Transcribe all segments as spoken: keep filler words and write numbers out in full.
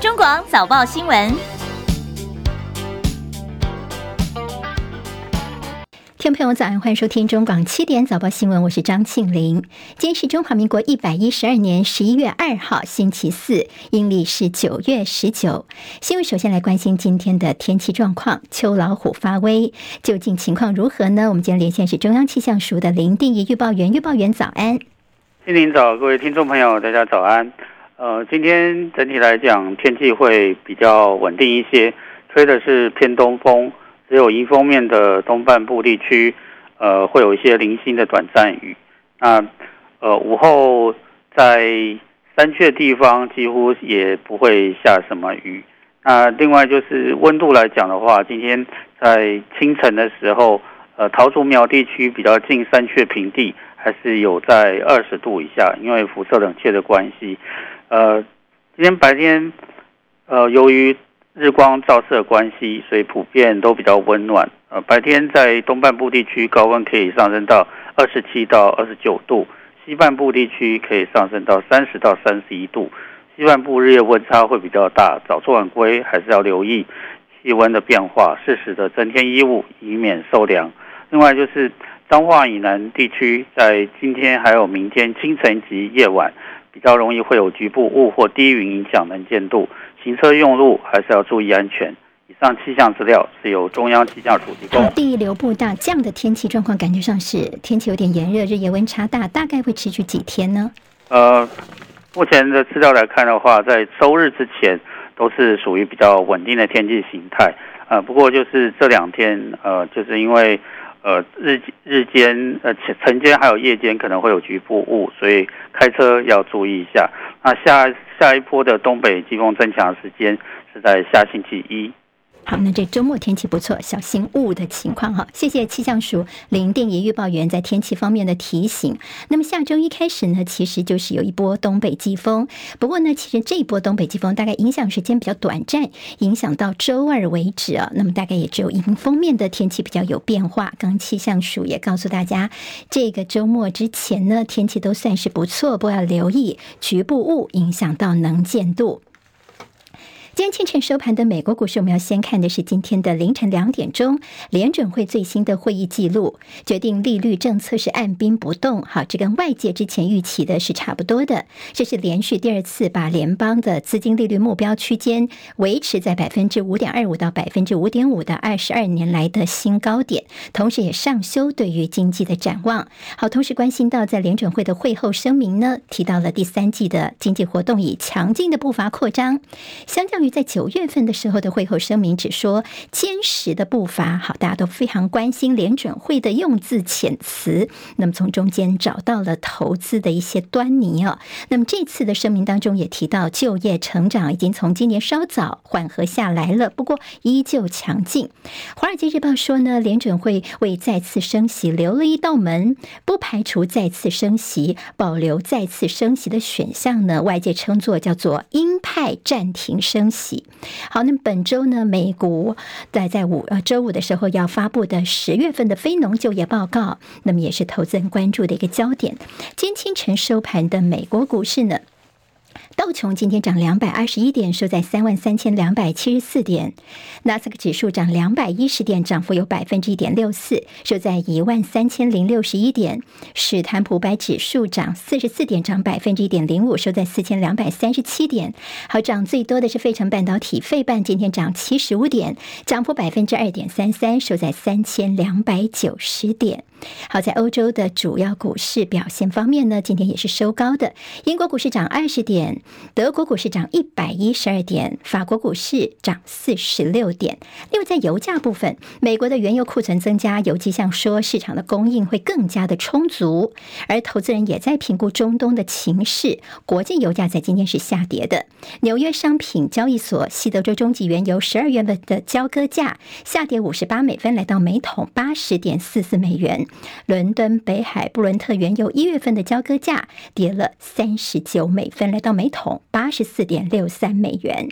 中广早报新闻。 听众朋友早安，欢迎收听中广七点早报新闻，我是张庆玲。今天是中华民国一百一十二年十一月二号星期四，阴历是九月十九。新闻首先来关心今天的天气状况，秋老虎发威，究竟情况如何呢？我们今天连线是中央气象署的林定仪预报员，预报员早安。 新年早，各位听众朋友大家早安。呃，今天整体来讲天气会比较稳定一些，吹的是偏东风，只有迎风面的东半部地区，呃，会有一些零星的短暂雨。那呃午后在山区的地方几乎也不会下什么雨。那另外就是温度来讲的话，今天在清晨的时候，呃，桃竹苗地区比较近山区的平地，还是有在二十度以下，因为辐射冷却的关系。呃，今天白天，呃，由于日光照射的关系，所以普遍都比较温暖。呃，白天在东半部地区高温可以上升到二十七到二十九度，西半部地区可以上升到三十到三十一度。西半部日夜温差会比较大，早出晚归还是要留意气温的变化，适时的增添衣物，以免受凉。另外就是彰化以南地区，在今天还有明天清晨及夜晚，比较容易会有局部雾或低云影响能见度，行车用路还是要注意安全。以上气象资料是由中央气象署提供。 好，第一流布大，这样的天气状况感觉上是天气有点炎热，日夜温差大，大概会持续几天呢？ 呃，目前的资料来看的话，在周日之前都是属于比较稳定的天气形态。呃，不过就是这两天，呃，就是因为呃，日日间呃晨间还有夜间可能会有局部雾，所以开车要注意一下。那下下一波的东北季风增强的时间是在下星期一。 好，那这周末天气不错，小心雾的情况哈。谢谢气象署林定仪预报员在天气方面的提醒。那么下周一开始呢，其实就是有一波东北季风，不过呢，其实这一波东北季风大概影响时间比较短暂，影响到周二为止啊。那么大概也只有迎风面的天气比较有变化。刚气象署也告诉大家，这个周末之前呢，天气都算是不错，不过要留意局部雾影响到能见度。今天清晨收盘的美国股市，我们要先看的是今天的凌晨两点钟，联准会最新的会议记录，决定利率政策是按兵不动。好，这跟外界之前预期的是差不多的。这是连续第二次把联邦的资金利率目标区间维持在百分之五点二五到百分之五点五的二十二年来的新高点，同时也上修对于经济的展望。好，同时关心到在联准会的会后声明呢，提到了第三季的经济活动以强劲的步伐扩张，相较于在九月份的时候的会后声明只说坚实的步伐。好，大家都非常关心联准会的用字遣词，那么从中间找到了投资的一些端倪哦。那么这次的声明当中也提到，就业成长已经从今年稍早缓和下来了，不过依旧强劲。华尔街日报说呢，联准会为再次升息留了一道门，不排除再次升息，保留再次升息的选项呢，外界称作叫做鹰派暂停升息。好，那么本周呢，美股在在五呃周五的时候要发布的十月份的非农就业报告，那么也是投资人关注的一个焦点。今天清晨收盘的美国股市呢，道琼今天涨两百二十一点，收在三万三千两百七十四点；纳斯达克指数涨两百一十点，涨幅有百分之一点六四，收在一万三千零六十一点；史坦普百指数涨四十四点，涨百分之一点零五，收在四千两百三十七点。好，涨最多的是费城半导体，费半今天涨七十五点，涨幅百分之二点三三，收在三千两百九十点。好，在欧洲的主要股市表现方面呢，今天也是收高的。英国股市涨二十点，德国股市涨一百一十二点，法国股市涨四十六点。另外在油价部分，美国的原油库存增加，有迹象说市场的供应会更加的充足，而投资人也在评估中东的情势。国际油价在今天是下跌的。纽约商品交易所西德州中级原油十二月份的交割价下跌五十八美分，来到每桶八十点四四美元。伦敦北海布伦特原油一月份的交割价跌了三十九美分，来到每桶八十四点六三美元。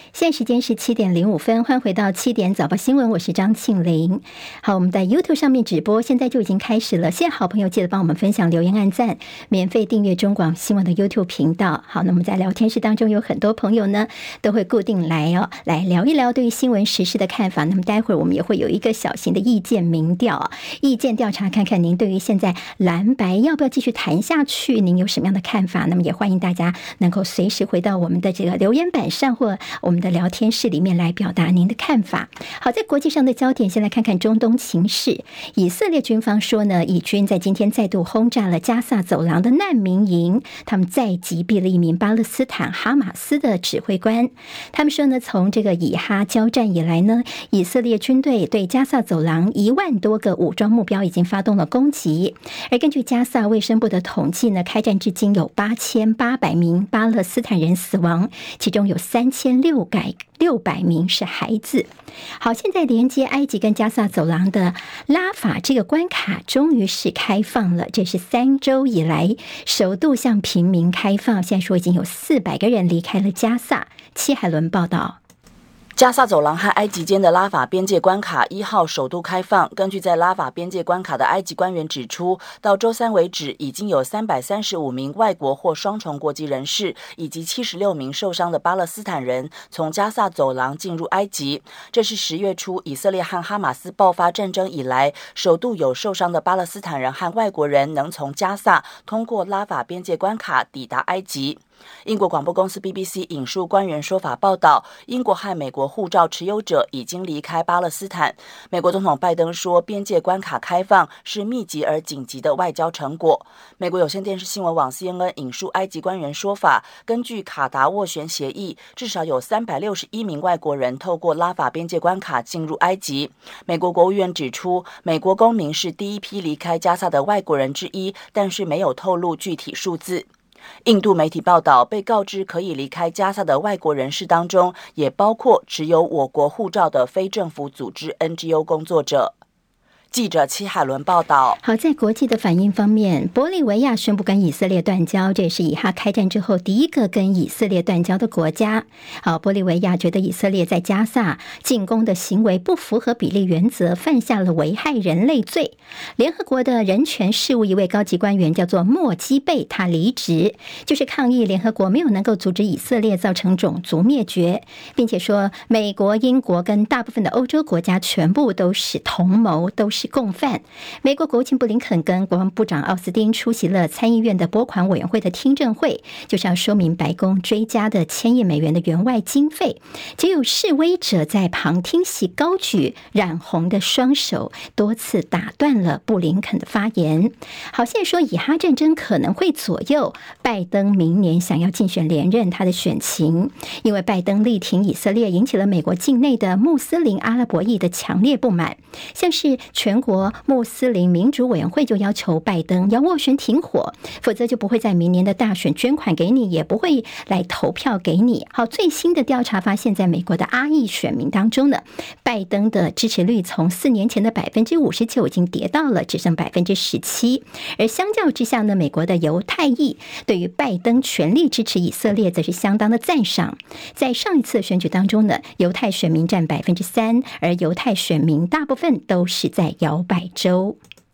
现在时间是七点零五分，欢迎回到七点早报新闻，我是张庆玲。好，我们在 YouTube 上面直播，现在就已经开始了。谢谢好朋友，记得帮我们分享、留言、按赞，免费订阅中广新闻的 YouTube 频道。好，那么在聊天室当中，有很多朋友呢都会固定来哦，来聊一聊对于新闻时事的看法。那么待会儿我们也会有一个小型的意见民调、意见调查，看看您对于现在蓝白要不要继续谈下去，您有什么样的看法？那么也欢迎大家能够随时回到我们的这个留言板上或我们的聊天室里面来表达您的看法。好，在国际上的焦点，先来看看中东情势。以色列军方说呢，以军在今天再度轰炸了加萨走廊的难民营，他们再击毙了一名巴勒斯坦哈马斯的指挥官。他们说呢，从这个以哈交战以来呢，以色列军队对加萨走廊一万多个武装目标已经发动了攻击。而根据加萨卫生部的统计呢，开战至今有八千八百名巴勒斯坦人死亡，其中有三千六百六百名是孩子。好，现在连接埃及跟加萨走廊的拉法这个关卡终于是开放了，这是三周以来首度向平民开放。现在说已经有四百个人离开了加萨。戚海伦报道。 加萨走廊和埃及间的拉法边界关卡一号首度开放。根据在拉法边界关卡的埃及官员指出，到周三为止，已经有三百三十五名外国或双重国籍人士以及七十六名受伤的巴勒斯坦人从加萨走廊进入埃及。这是十月初以色列和哈马斯爆发战争以来，首度有受伤的巴勒斯坦人和外国人能从加萨通过拉法边界关卡抵达埃及。英国广播公司 B B C 引述官员说法报道，英国和美国护照持有者已经离开巴勒斯坦。美国总统拜登说，边界关卡开放是密集而紧急的外交成果。美国有线电视新闻网 C N N 引述埃及官员说法，根据卡达斡旋协议，至少有三百六十一名外国人透过拉法边界关卡进入埃及。美国国务院指出，美国公民是第一批离开加萨的外国人之一，但是没有透露具体数字。印度媒体报道，被告知可以离开加萨的外国人士当中，也包括持有我国护照的非政府组织 N G O 工作者。记者戚海伦报道。 好，在国际的反应方面，玻利维亚宣布跟以色列断交，这也是以哈开战之后第一个跟以色列断交的国家。好，玻利维亚觉得以色列在加萨进攻的行为不符合比例原则，犯下了危害人类罪。联合国的人权事务一位高级官员叫做莫基贝，他离职，就是抗议联合国没有能够阻止以色列造成种族灭绝，并且说美国、英国跟大部分的欧洲国家全部都是同谋，都是是共犯。美国国务卿布林肯跟国防部长奥斯汀出席了参议院的拨款委员会的听证会，就是要说明白宫追加的千亿美元的援外经费。只有示威者在旁听席高举染红的双手，多次打断了布林肯的发言。好，现在说以哈战争可能会左右拜登明年想要竞选连任他的选情，因为拜登力挺以色列，引起了美国境内的穆斯林阿拉伯裔的强烈不满，像是全国穆斯林民主委员会就要求拜登要斡旋停火，否则就不会在明年的大选捐款给你，也不会来投票给你。好，最新的调查发现，在美国的阿裔选民当中呢，拜登的支持率从四年前的百分之五十九已经跌到了只剩百分之十七，而相较之下呢，美国的犹太裔对于拜登全力支持以色列则是相当的赞赏。在上一次选举当中呢，犹太选民占百分之三，而犹太选民大部分都是在摇摆州。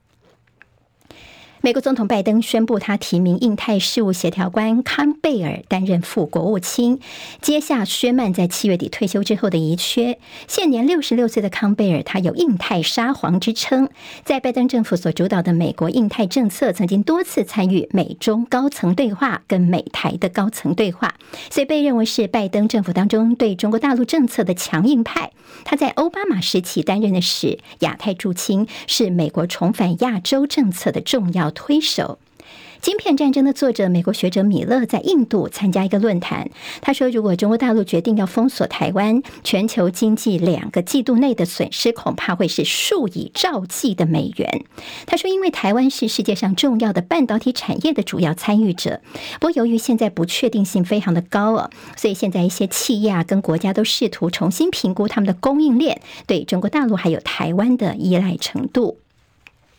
美国总统拜登宣布，他提名印太事务协调官康贝尔担任副国务卿，接下薛曼在七月底退休之后的遗缺。现年六十六岁的康贝尔，他有印太沙皇之称，在拜登政府所主导的美国印太政策，曾经多次参与美中高层对话跟美台的高层对话，所以被认为是拜登政府当中对中国大陆政策的强硬派。他在奥巴马时期担任的是亚太驻青，是美国重返亚洲政策的重要推手。晶片战争的作者美国学者米勒在印度参加一个论坛，他说如果中国大陆决定要封锁台湾，全球经济两个季度内的损失恐怕会是数以兆计的美元。他说因为台湾是世界上重要的半导体产业的主要参与者，不过由于现在不确定性非常的高哦，所以现在一些企业啊跟国家都试图重新评估他们的供应链对中国大陆还有台湾的依赖程度。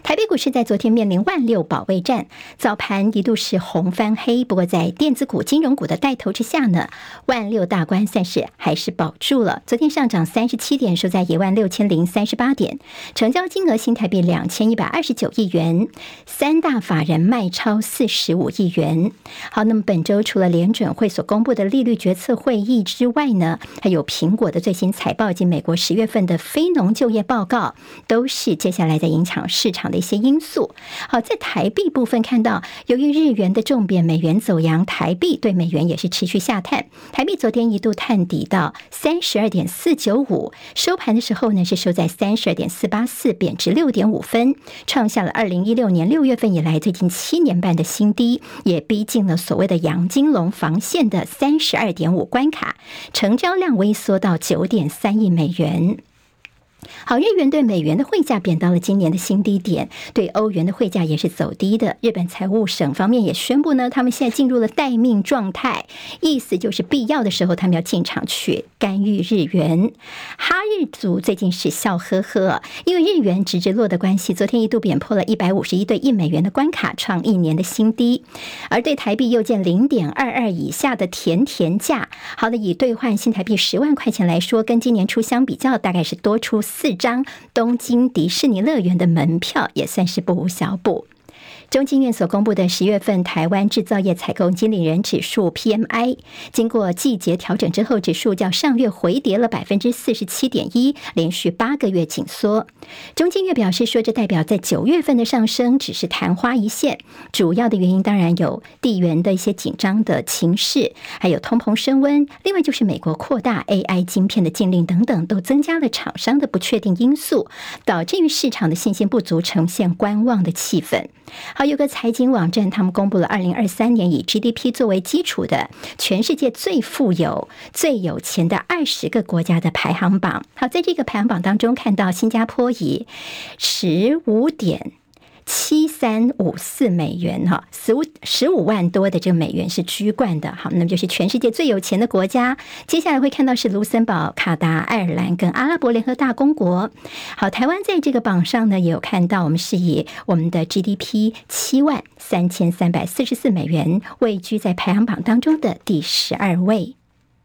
台北股市在昨天面临万六保卫战，早盘一度是红翻黑，不过在电子股、金融股的带头之下呢，万六大关算是还是保住了。昨天上涨三十七点，收在一万六千零三十八点，成交金额新台币两千一百二十九亿元，三大法人卖超四十五亿元。好，那么本周除了联准会所公布的利率决策会议之外呢，还有苹果的最新财报及美国十月份的非农就业报告，都是接下来在影响市场的一些因素。好，在台币部分看到，由于日元的重贬，美元走扬，台币对美元也是持续下探。台币昨天一度探底到三十二点四九五，收盘的时候呢是收在三十二点四八四，贬值六点五分，创下了二零一六年六月份以来最近七年半的新低，也逼近了所谓的阳金龙防线的三十二点五关卡，成交量微缩到九点三亿美元。好，日元对美元的汇价贬到了今年的新低点，对欧元的汇价也是走低的。日本财务省方面也宣布呢，他们现在进入了待命状态，意思就是必要的时候他们要进场去干预日元。哈日族最近是笑呵呵，因为日元直直落的关系，昨天一度贬破了一百五十一对一美元的关卡，创一年的新低。而对台币又见 零点二二 以下的甜甜价。好的，以兑换新台币十万块钱来说，跟今年初相比较，大概是多出四张东京迪士尼乐园的门票，也算是不无小补。中经院所公布的十月份台湾制造业采购经理人指数 P M I， 经过季节调整之后，指数较上月回跌了 百分之四十七点一， 连续八个月紧缩。中经院表示说，这代表在九月份的上升只是昙花一现，主要的原因当然有地缘的一些紧张的情势，还有通膨升温，另外就是美国扩大 A I 晶片的禁令等等，都增加了厂商的不确定因素，导致于市场的信心不足，呈现观望的气氛。好，有个财经网站，他们公布了二零二三年以 G D P 作为基础的全世界最富有、最有钱的二十个国家的排行榜。好，在这个排行榜当中，看到新加坡以十五点七三五四美元哈，十五十五万多的这个美元是居冠的。好，那么就是全世界最有钱的国家。接下来会看到是卢森堡、卡达、爱尔兰跟阿拉伯联合大公国。好，台湾在这个榜上呢，也有看到我们是以我们的 G D P 七万三千三百四十四美元位居在排行榜当中的第十二位。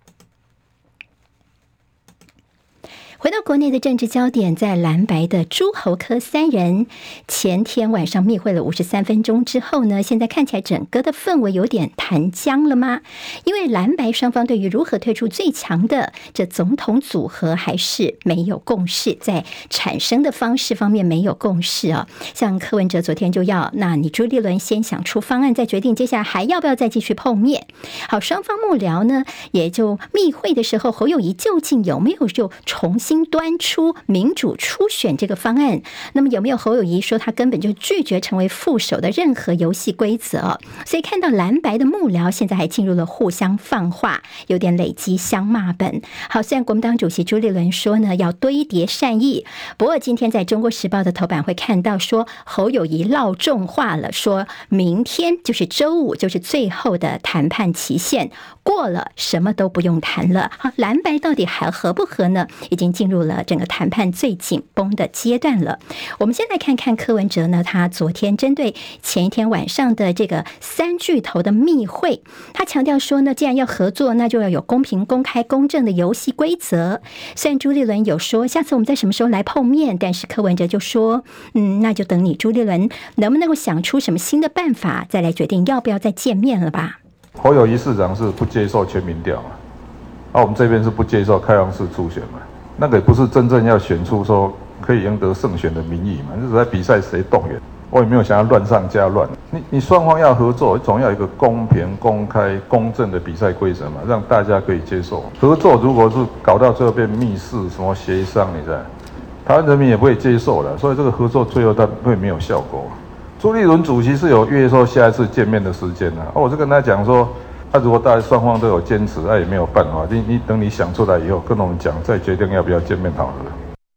回到国内的政治焦点，在蓝白的诸侯科三人前天晚上密会了五十三分钟之后呢，现在看起来整个的氛围有点谈僵了吗？因为蓝白双方对于如何推出最强的这总统组合还是没有共识，在产生的方式方面没有共识啊。像柯文哲昨天就要，那你朱立伦先想出方案，再决定接下来还要不要再继续碰面。好，双方幕僚呢也就密会的时候，侯友宜究竟有没有就重新新端出民主初选这个方案，那么有没有侯友宜说他根本就拒绝成为副手的任何游戏规则？所以看到蓝白的幕僚现在还进入了互相放话，有点累积相骂本。好，虽然国民党主席朱立伦说呢要堆叠善意，不过今天在中国时报的头版会看到说侯友宜撂重话了，说明天就是周五就是最后的谈判期限，过了什么都不用谈了。好，蓝白到底还合不合呢？已经进入了整个谈判最紧绷的阶段了。我们先来看看柯文哲呢，他昨天针对前一天晚上的这个三巨头的密会，他强调说呢，既然要合作，那就要有公平、公开、公正的游戏规则。虽然朱立伦有说下次我们在什么时候来碰面，但是柯文哲就说，嗯，那就等你朱立伦能不能够想出什么新的办法，再来决定要不要再见面了吧。 侯友宜市长是不接受全民调嘛，而、啊、我们这边是不接受开放式初选嘛。那个也不是真正要选出说可以赢得胜选的民意嘛，就是在比赛谁动员。我也没有想要乱上加乱。你你双方要合作，总要有一个公平、公开、公正的比赛规则嘛，让大家可以接受。合作如果是搞到最后变密室什么协商，你知道，台湾人民也不会接受的。所以这个合作最后它会没有效果。朱立伦主席是有约说下一次见面的时间的、啊，我就跟他讲说。那、啊、如果大家双方都有坚持，那、啊、也没有办法。你你等你想出来以后，跟我们讲，再决定要不要见面好了。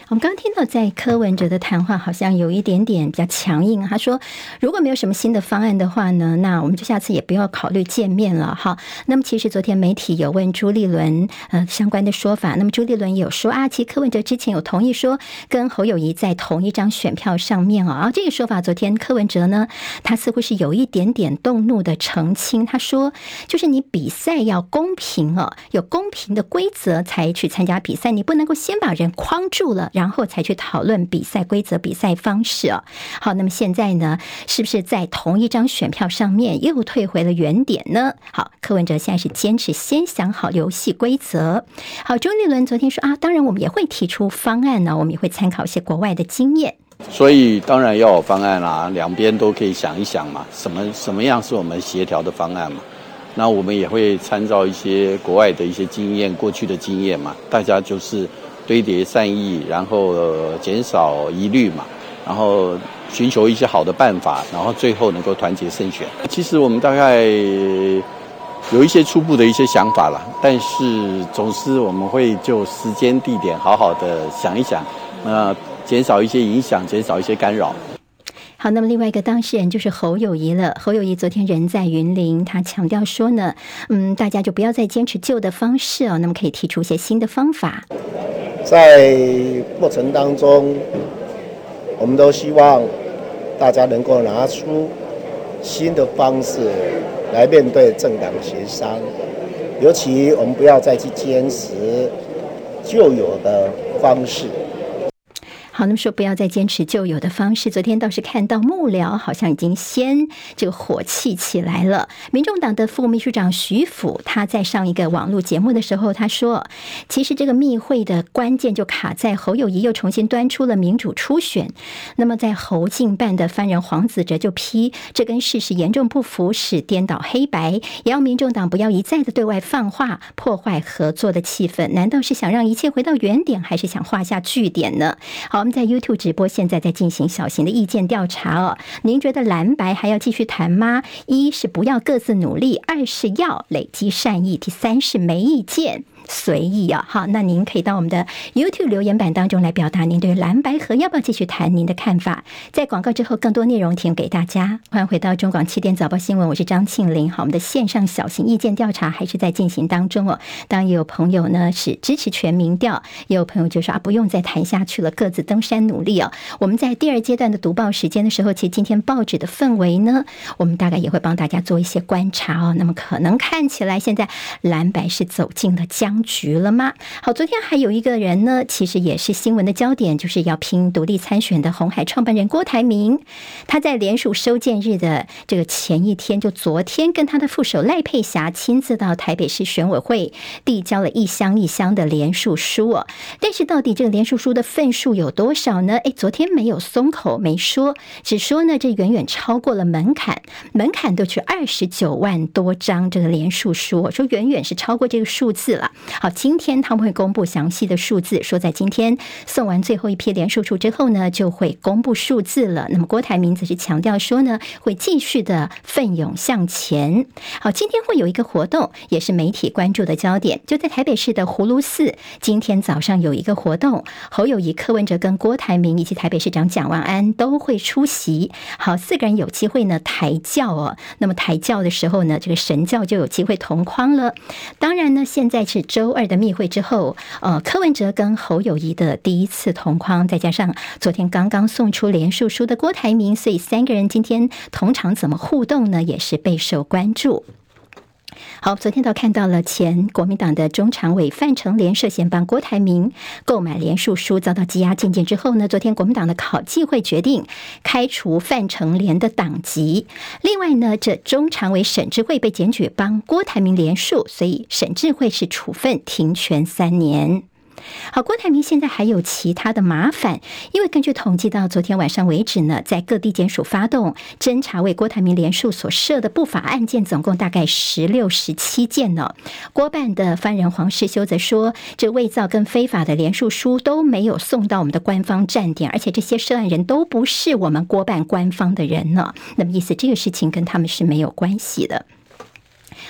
我们刚刚听到在柯文哲的谈话好像有一点点比较强硬，他说如果没有什么新的方案的话呢，那我们就下次也不要考虑见面了哈。那么其实昨天媒体有问朱立伦呃相关的说法，那么朱立伦也有说啊，其实柯文哲之前有同意说跟侯友宜在同一张选票上面哦，而这个说法昨天柯文哲呢他似乎是有一点点动怒的澄清，他说就是你比赛要公平哦，有公平的规则才去参加比赛，你不能够先把人框住了然后才去讨论比赛规则、比赛方式哦。好，那么现在呢，是不是在同一张选票上面又退回了原点呢？好，柯文哲现在是坚持先想好游戏规则。好，朱立伦昨天说啊，当然我们也会提出方案呢，我们也会参考一些国外的经验。 所以当然要有方案啦，两边都可以想一想嘛，什么什么样是我们协调的方案嘛？那我们也会参照一些国外的一些经验、过去的经验嘛，大家就是堆叠善意，然后、呃、减少疑虑嘛，然后寻求一些好的办法，然后最后能够团结胜选。其实我们大概有一些初步的一些想法啦，但是总是我们会就时间地点好好的想一想，那、呃、减少一些影响，减少一些干扰。 好，那么另外一个当事人就是侯友宜了。侯友宜昨天人在云林，他强调说呢，嗯，大家就不要再坚持旧的方式哦，那么可以提出一些新的方法。 在过程当中，我们都希望大家能够拿出新的方式来面对政党协商，尤其我们不要再去坚持旧有的方式。 好，那么说不要再坚持旧有的方式。昨天倒是看到幕僚好像已经先这个火气起来了。民众党的副秘书长徐府，他在上一个网络节目的时候，他说，其实这个密会的关键就卡在侯友宜又重新端出了民主初选。那么在侯进办的犯人黄子哲就批，这跟事实严重不符，使颠倒黑白，也要民众党不要一再的对外放话，破坏合作的气氛。难道是想让一切回到原点，还是想画下句点呢？好，我们在 YouTube 直播现在在进行小型的意见调查哦。您觉得蓝白还要继续谈吗？一是不要各自努力，二是要累积善意，第三是没意见。随意啊，好，那您可以到我们的 YouTube 留言板当中来表达您对蓝白合要不要继续谈您的看法。在广告之后，更多内容提供给大家。欢迎回到中广七点早报新闻，我是张庆玲。好，我们的线上小型意见调查还是在进行当中哦。当然也有朋友呢是支持全民调，也有朋友就说啊不用再谈下去了，各自登山努力哦。我们在第二阶段的读报时间的时候，其实今天报纸的氛围呢，我们大概也会帮大家做一些观察哦。那么可能看起来现在蓝白是走进了僵局了吗？好，昨天还有一个人呢，其实也是新闻的焦点，就是要拼独立参选的鸿海创办人郭台铭。他在联署收件日的这个前一天，就昨天跟他的副手赖佩霞亲自到台北市选委会递交了一箱一箱的联署书哦。但是到底这个联署书的份数有多少呢？诶，昨天没有松口，没说，只说呢这远远超过了门槛，门槛都是二十九万多张这个联署书，我说远远是超过这个数字了。好，今天他们会公布详细的数字，说在今天送完最后一批联署书之后呢，就会公布数字了。那么郭台铭则是强调说呢，会继续的奋勇向前。好，今天会有一个活动，也是媒体关注的焦点，就在台北市的葫芦寺，今天早上有一个活动，侯友宜、柯文哲跟郭台铭以及台北市长蒋万安都会出席。好，四个人有机会呢抬轿哦。那么抬轿的时候呢，这个神轿就有机会同框了。当然呢，现在是周二的密会之后，呃，柯文哲跟侯友宜的第一次同框，再加上昨天刚刚送出联署书的郭台铭，所以三个人今天同场怎么互动呢，也是备受关注。好，昨天都看到了前国民党的中常委范成廉涉嫌帮郭台铭购买联署书遭到羁押禁见之后呢，昨天国民党的考纪会决定开除范成廉的党籍。另外呢，这中常委沈智慧被检举帮郭台铭联署，所以沈智慧是处分停权三年。好，郭台铭现在还有其他的麻烦，因为根据统计到昨天晚上为止呢，在各地检署发动侦查为郭台铭联署所涉的不法案件，总共大概十六、十七件呢。郭办的犯人黄世修则说，这伪造跟非法的联署书都没有送到我们的官方站点，而且这些涉案人都不是我们郭办官方的人呢。那么意思这个事情跟他们是没有关系的。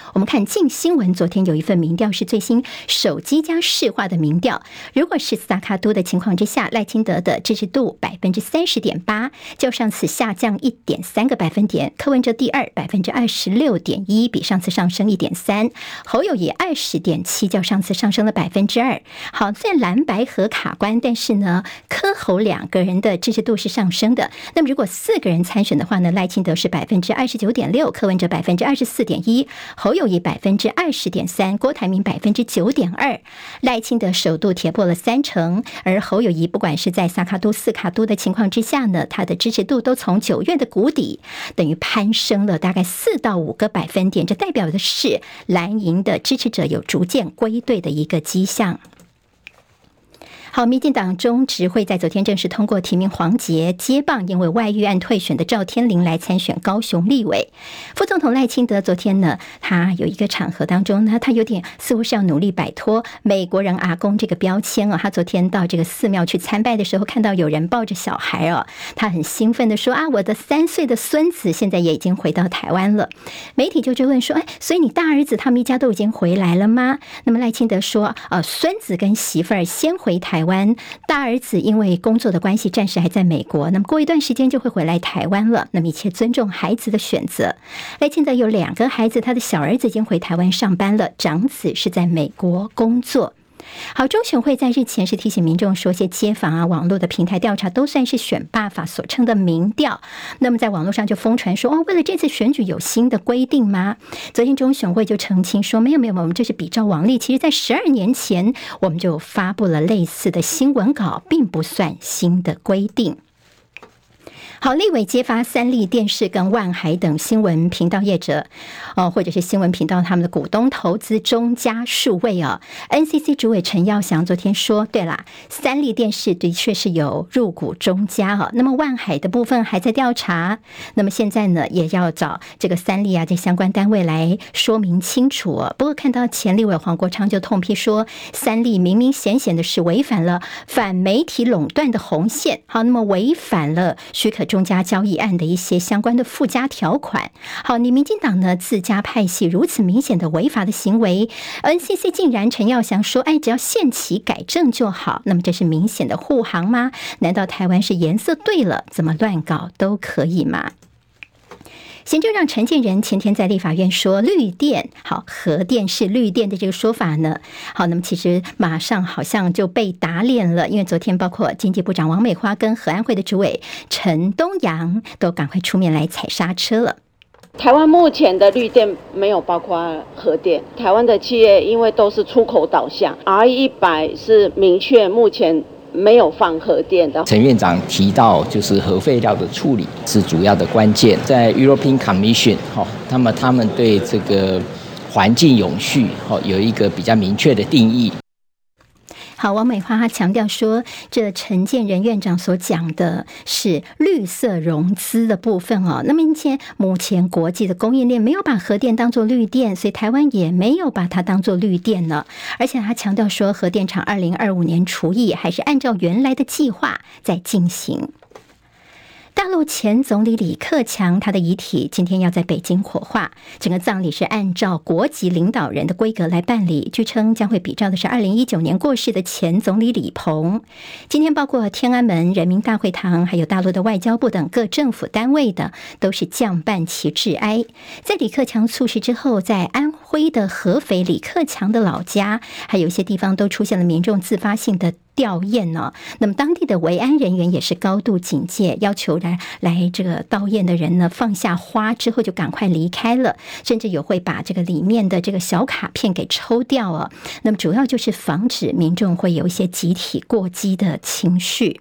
我们看镜新闻昨天有一份民调是最新手机加市话的民调，如果是萨卡都的情况之下，赖清德的支持度百分之三十点八，较上次下降一点三个百分点。柯文哲第二，百分之二十六点一，比上次上升一点三。侯友宜二十点七，较上次上升了百分之二。好，在蓝白合卡关，但是呢，柯侯两个人的支持度是上升的。那么如果四个人参选的话呢，赖清德是百分之二十九点六，柯文哲百分之二十四点一，侯友宜百分之二十点三，郭台铭百分之九点二。赖清德首度跌破了三成，而侯友宜不管是在萨卡都、四卡都的情况之下呢，他的支持度都从九月的谷底等于攀升了大概四到五个百分点，这代表的是蓝营的支持者有逐渐归队的一个迹象。好，民进党中执会在昨天正式通过提名黄捷接棒因为外遇案退选的赵天麟来参选高雄立委。副总统赖清德昨天呢，他有一个场合当中呢，他有点似乎是要努力摆脱美国人阿公这个标签啊。他昨天到这个寺庙去参拜的时候，看到有人抱着小孩哦，他很兴奋的说啊，我的三岁的孙子现在也已经回到台湾了。媒体就追问说，哎，所以你大儿子他们一家都已经回来了吗？那么赖清德说，呃，孙子跟媳妇儿先回台湾。大儿子因为工作的关系暂时还在美国，那么过一段时间就会回来台湾了，那么一切尊重孩子的选择。赖清德有两个孩子，他的小儿子已经回台湾上班了，长子是在美国工作。好，中选会在日前是提醒民众说，些街访啊、网络的平台调查都算是选罢法所称的民调。那么在网络上就疯传说，哦，为了这次选举有新的规定吗？昨天中选会就澄清说，没有没有，我们这是比照王例，其实在十二年前我们就发布了类似的新闻稿，并不算新的规定。好，立委揭发三立电视跟万海等新闻频道业者，哦，或者是新闻频道他们的股东投资中加数位哦。N C C 主委陈耀祥昨天说，对啦，三立电视的确是有入股中加哦。那么万海的部分还在调查，那么现在呢也要找这个三立啊这相关单位来说明清楚哦。不过看到前立委黄国昌就痛批说，三立明明显显的是违反了反媒体垄断的红线，好，那么违反了许可中加交易案的一些相关的附加条款。好，你民进党呢自家派系如此明显的违法的行为 ，N C C 竟然陈耀祥说，哎，只要限期改正就好，那么这是明显的护航吗？难道台湾是颜色对了，怎么乱搞都可以吗？行政长陈建仁前天在立法院说，绿电好，核电是绿电的这个说法呢，好，那么其实马上好像就被打脸了，因为昨天包括经济部长王美花跟核安会的主委陈东阳都赶快出面来踩刹车了。 台湾目前的绿电没有包括核电，台湾的企业因为都是出口导向 ，R 一百是明确目前没有放核电的。 陈院长提到，就是核废料的处理是主要的关键。在 European Commission， 哈，那么他们对这个环境永续，哈，有一个比较明确的定义。 好，王美花她强调说，这陈建仁院长所讲的是绿色融资的部分哦。那么目前目前国际的供应链没有把核电当作绿电，所以台湾也没有把它当作绿电呢。而且他强调说，核电厂二零二五年除役还是按照原来的计划在进行。大陆前总理李克强，他的遗体今天要在北京火化，整个葬礼是按照国级领导人的规格来办理。据称将会比照的是二零一九年过世的前总理李鹏。今天包括天安门人民大会堂，还有大陆的外交部等各政府单位的，都是降半旗致哀。在李克强猝逝之后，在安徽的合肥李克强的老家，还有一些地方都出现了民众自发性的吊唁呢。那么当地的维安人员也是高度警戒，要求来来这个悼唁的人呢放下花之后就赶快离开了，甚至有会把这个里面的这个小卡片给抽掉啊。那么主要就是防止民众会有一些集体过激的情绪。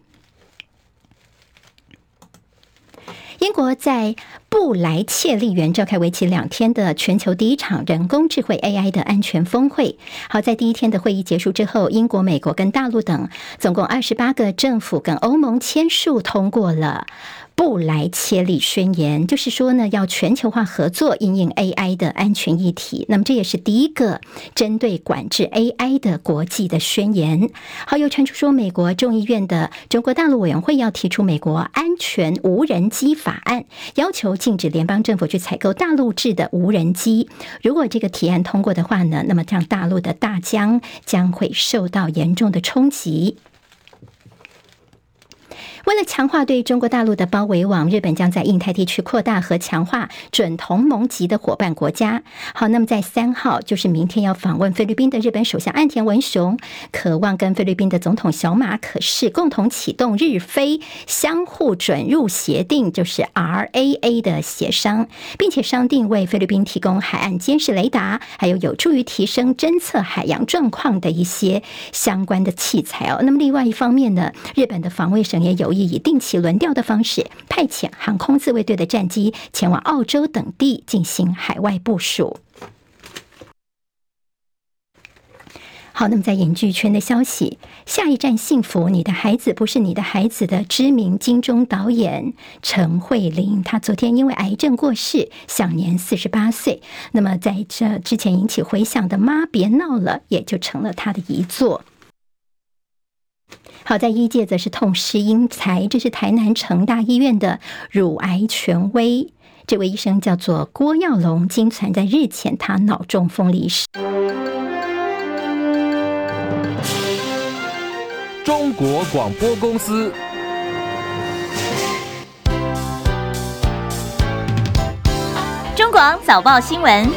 英国在布莱切利园召开为期两天的全球第一场人工智慧 A I 的安全峰会。好，在第一天的会议结束之后，英国、美国跟大陆等总共二十八个政府跟欧盟签署通过了布莱切利宣言，就是说呢，要全球化合作因应 A I 的安全议题。那么这也是第一个针对管制 A I 的国际的宣言。好，又传出说，美国众议院的中国大陆委员会要提出美国安全无人机法案，要求禁止联邦政府去采购大陆制的无人机。如果这个提案通过的话呢，那么这样大陆的大疆将会受到严重的冲击。为了强化对中国大陆的包围网，日本将在印太地区扩大和强化准同盟级的伙伴国家。好，那么在三号，就是明天要访问菲律宾的日本首相岸田文雄，渴望跟菲律宾的总统小马可仕共同启动日菲相互准入协定，就是 R A A 的协商，并且商定为菲律宾提供海岸监视雷达，还有有助于提升侦测海洋状况的一些相关的器材哦。那么另外一方面呢，日本的防卫省也有以定期轮调的方式派遣航空自卫队的战机前往澳洲等地进行海外部署。好，那么在影剧圈的消息，下一站幸福，你的孩子不是你的孩子的知名金钟导演陈慧琳，她昨天因为癌症过世，享年四十八岁。那么在这之前引起回响的《妈别闹了》也就成了她的遗作。好在医界则是痛失英才，这是台南成大医院的乳癌权威，这位医生叫做郭耀龙，经传在日前他脑中风离世。 中国广播公司。 中广早报新闻。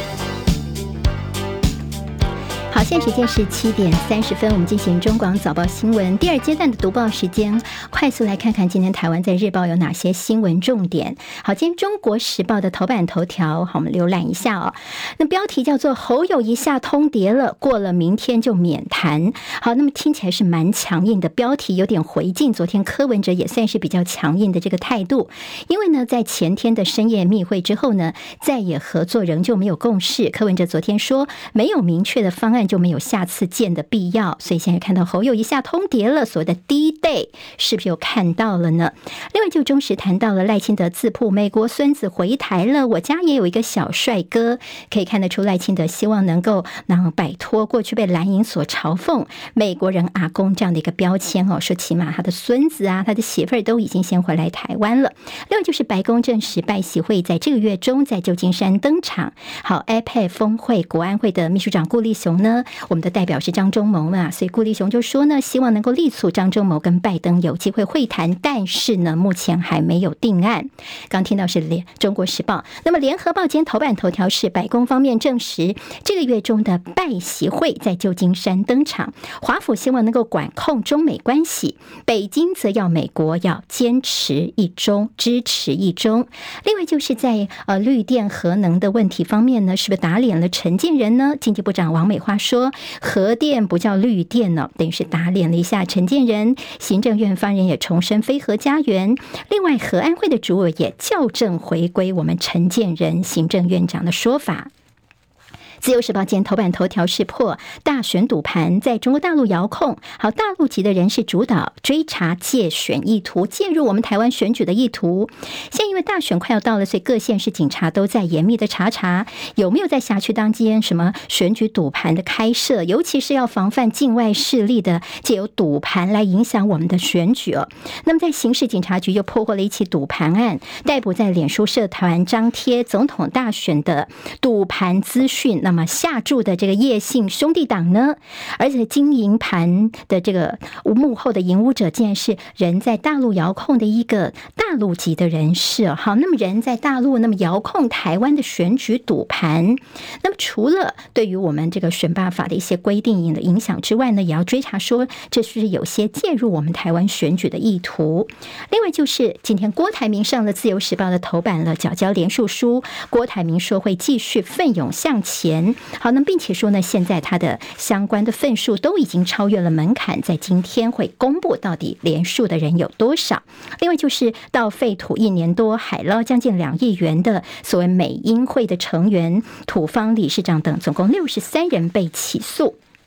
好，现在时间是七点三十分，我们进行中广早报新闻第二阶段的读报时间，快速来看看今天台湾在日报有哪些新闻重点。好，今天中国时报的头版头条，好，我们浏览一下哦。那标题叫做侯友宜下通牒了，过了明天就免谈。好，那么听起来是蛮强硬的标题，有点回敬昨天柯文哲也算是比较强硬的这个态度。因为呢，在前天的深夜密会之后呢，再也合作仍旧没有共识。柯文哲昨天说，没有明确的方案就没有下次见的必要，所以现在看到侯友宜下通牒了，所谓的 D-Day 是不是有看到了呢？另外就中时谈到了赖清德自曝美国孙子回台了，我家也有一个小帅哥，可以看得出赖清德希望能够能摆脱过去被蓝营所嘲讽美国人阿公这样的一个标签哦，说起码他的孙子啊，他的媳妇儿都已经先回来台湾了。另外就是白宫证实拜习会在这个月中在旧金山登场。好 ，A P E C 峰会国安会的秘书长顾立雄呢，我们的代表是张忠谋啊，所以顾立雄就说呢，希望能够力促张忠谋跟拜登有机会会谈，但是呢，目前还没有定案。刚听到是联中国时报，那么联合报今天头版头条是白宫方面证实，这个月中的拜习会在旧金山登场，华府希望能够管控中美关系，北京则要美国要坚持一中，支持一中。另外就是在呃绿电核能的问题方面呢，是不是打脸了陈建仁呢？经济部长王美花说，核电不叫绿电呢，等于是打脸了一下陈建仁。行政院发言人也重申非核家园。另外，核安会的主委也校正回归我们陈建仁行政院长的说法。自由时报今天头版头条是破大选赌盘在中国大陆遥控，好，大陆籍的人士主导追查介选意图，介入我们台湾选举的意图。现在因为大选快要到了，所以各县市警察都在严密的查查有没有在辖区当间什么选举赌盘的开设，尤其是要防范境外势力的借由赌盘来影响我们的选举哦。那么在刑事警察局又破获了一起赌盘案，逮捕在脸书社团张贴总统大选的赌盘资讯，那么下注的这个叶姓兄弟党呢，而且经营盘的这个幕后的引武者竟然是人在大陆遥控的一个大陆籍的人士。好，那么人在大陆那么遥控台湾的选举赌盘，那么除了对于我们这个选罢法的一些规定的影响之外呢，也要追查说这是不是有些介入我们台湾选举的意图。另外就是今天郭台铭上了自由时报的头版了，缴交联署书，郭台铭说会继续奋勇向前。好，那并且说呢，现在他的相关的份数都已经超越了门槛，在今天会公布到底连署的人有多少。另外就是到废土一年多，海捞将近两亿元的所谓美英会的成员、土方理事长等，总共六十三人被起诉。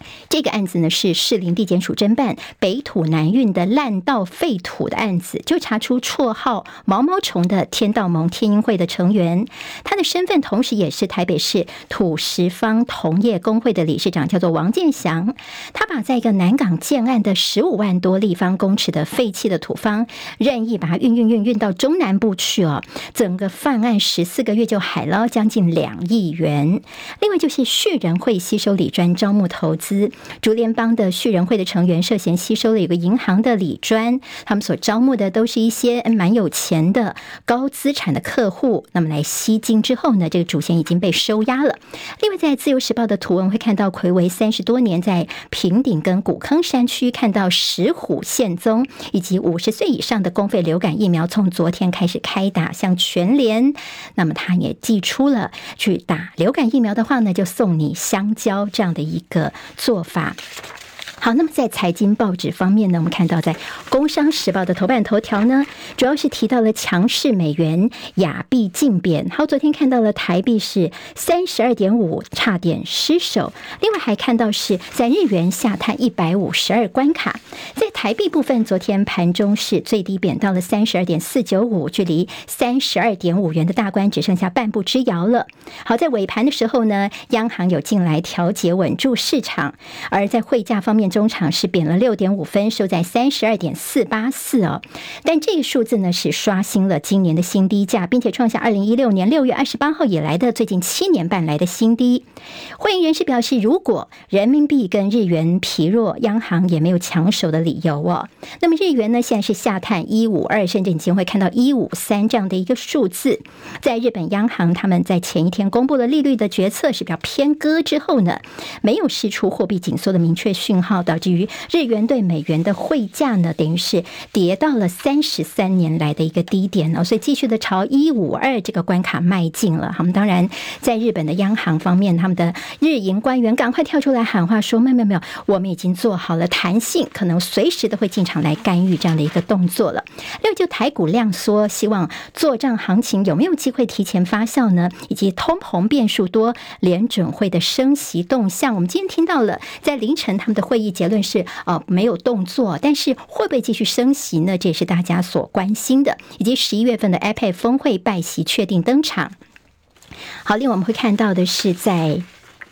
这个案子呢是士林地检署侦办北土南运的滥盗废土的案子，就查出绰号毛毛虫的天道盟天鹰会的成员，他的身份同时也是台北市土石方同业工会的理事长，叫做王建祥。他把在一个南港建案的十五万多立方公尺的废弃的土方，任意把它运运运运到中南部去哦，整个犯案十四个月就海捞将近两亿元。另外就是旭仁会吸收理专招募投资。竹联邦的旭仁会的成员涉嫌吸收了有个银行的理专，他们所招募的都是一些蛮有钱的高资产的客户，那么来吸金之后呢，这个主嫌已经被收押了。另外在自由时报的图文会看到，睽违三十多年，在平顶跟古坑山区看到石虎现踪，以及五十岁以上的公费流感疫苗从昨天开始开打，像全联，那么他也寄出了去打流感疫苗的话呢，就送你香蕉这样的一个做法。好，那么在财经报纸方面呢，我们看到在工商时报的头版头条呢，主要是提到了强势美元，亚币竞贬。好，昨天看到了台币是 三十二点五 差点失守，另外还看到是在日元下探一百五十二关卡。在台币部分，昨天盘中是最低贬到了 三十二点四九五， 距离 三十二点五元的大关只剩下半步之遥了。好，在尾盘的时候呢，央行有进来调节稳住市场，而在汇价方面，中场是贬了 六点五分，收在 三十二点四八四 哦。但这个数字呢是刷新了今年的新低价，并且创下二零一六年六月二十八号以来的最近七年半来的新低。会员人士表示，如果人民币跟日元疲弱，央行也没有抢手的理由哦。那么日元呢现在是下探一五二，甚至你今天会看到一五三这样的一个数字。在日本央行他们在前一天公布了利率的决策是比较偏鸽之后呢，没有释出货币紧缩的明确讯号，导致于日元对美元的汇价呢，等于是跌到了三十三年来的一个低点哦，所以继续的朝一五二这个关卡迈进了。他们当然在日本的央行方面，他们的日银官员赶快跳出来喊话说，没有没有没有，我们已经做好了弹性，可能随时都会进场来干预这样的一个动作了。另外就台股量缩，希望作账行情有没有机会提前发酵呢？以及通膨变数多，联准会的升息动向，我们今天听到了在凌晨他们的会议结论是呃没有动作，但是会不会继续升息呢？这也是大家所关心的。以及十一月份的 I P E C 峰会拜习确定登场。好，另外我们会看到的是在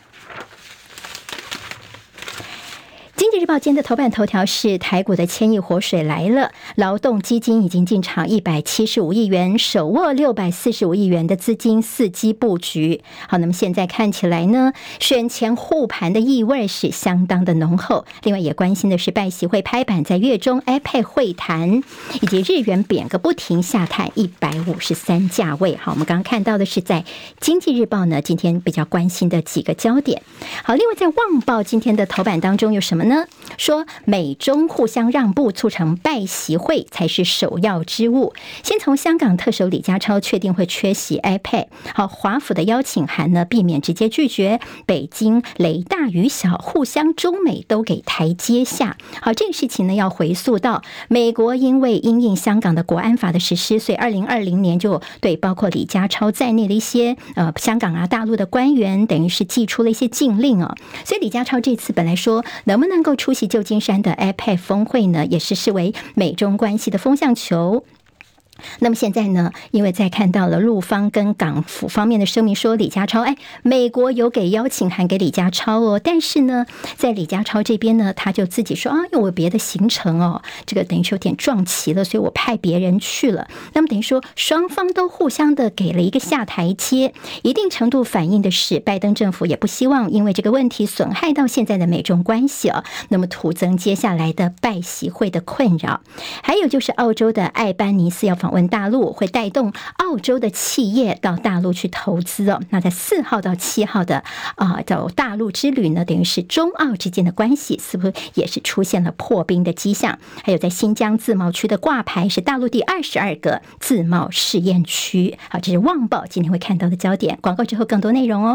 经济日报今天的头版头条是台股的千亿活水来了，劳动基金已经进场一百七十五亿元，手握六百四十五亿元的资金伺机布局。好，那么现在看起来呢，选前护盘的意味是相当的浓厚。另外也关心的是拜习会拍板在月中 I P E C 会谈，以及日元贬个不停下探一百五十三价位。好，我们刚刚看到的是在经济日报呢今天比较关心的几个焦点。好，另外在旺报今天的头版当中有什么呢？说美中互相让步，促成拜习会才是首要之务。先从香港特首李家超确定会缺席 I P E C， 好，华府的邀请函呢，避免直接拒绝。北京雷大雨小，互相中美都给台阶下。好，这个事情呢，要回溯到美国因为因应香港的国安法的实施，所以二零二零年就对包括李家超在内的一些呃香港啊大陆的官员，等于是寄出了一些禁令哦。所以李家超这次本来说能不能够出席旧金山的 I P E C 峰会呢，也是视为美中关系的风向球。那么现在呢，因为在看到了陆方跟港府方面的声明说李家超，哎，美国有给邀请函给李家超哦，但是呢，在李家超这边呢，他就自己说啊，因为我别的行程哦，这个等于说有点撞齐了，所以我派别人去了。那么等于说双方都互相的给了一个下台阶，一定程度反映的是拜登政府也不希望因为这个问题损害到现在的美中关系哦，那么徒增接下来的拜习会的困扰。还有就是澳洲的艾班尼斯要访问大陆，会带动澳洲的企业到大陆去投资哦。那在四号到七号的啊到大陆之旅呢，等于是中澳之间的关系是不是也是出现了破冰的迹象？还有在新疆自贸区的挂牌是大陆第二十二个自贸试验区。好，这是旺报今天会看到的焦点。广告之后更多内容哦。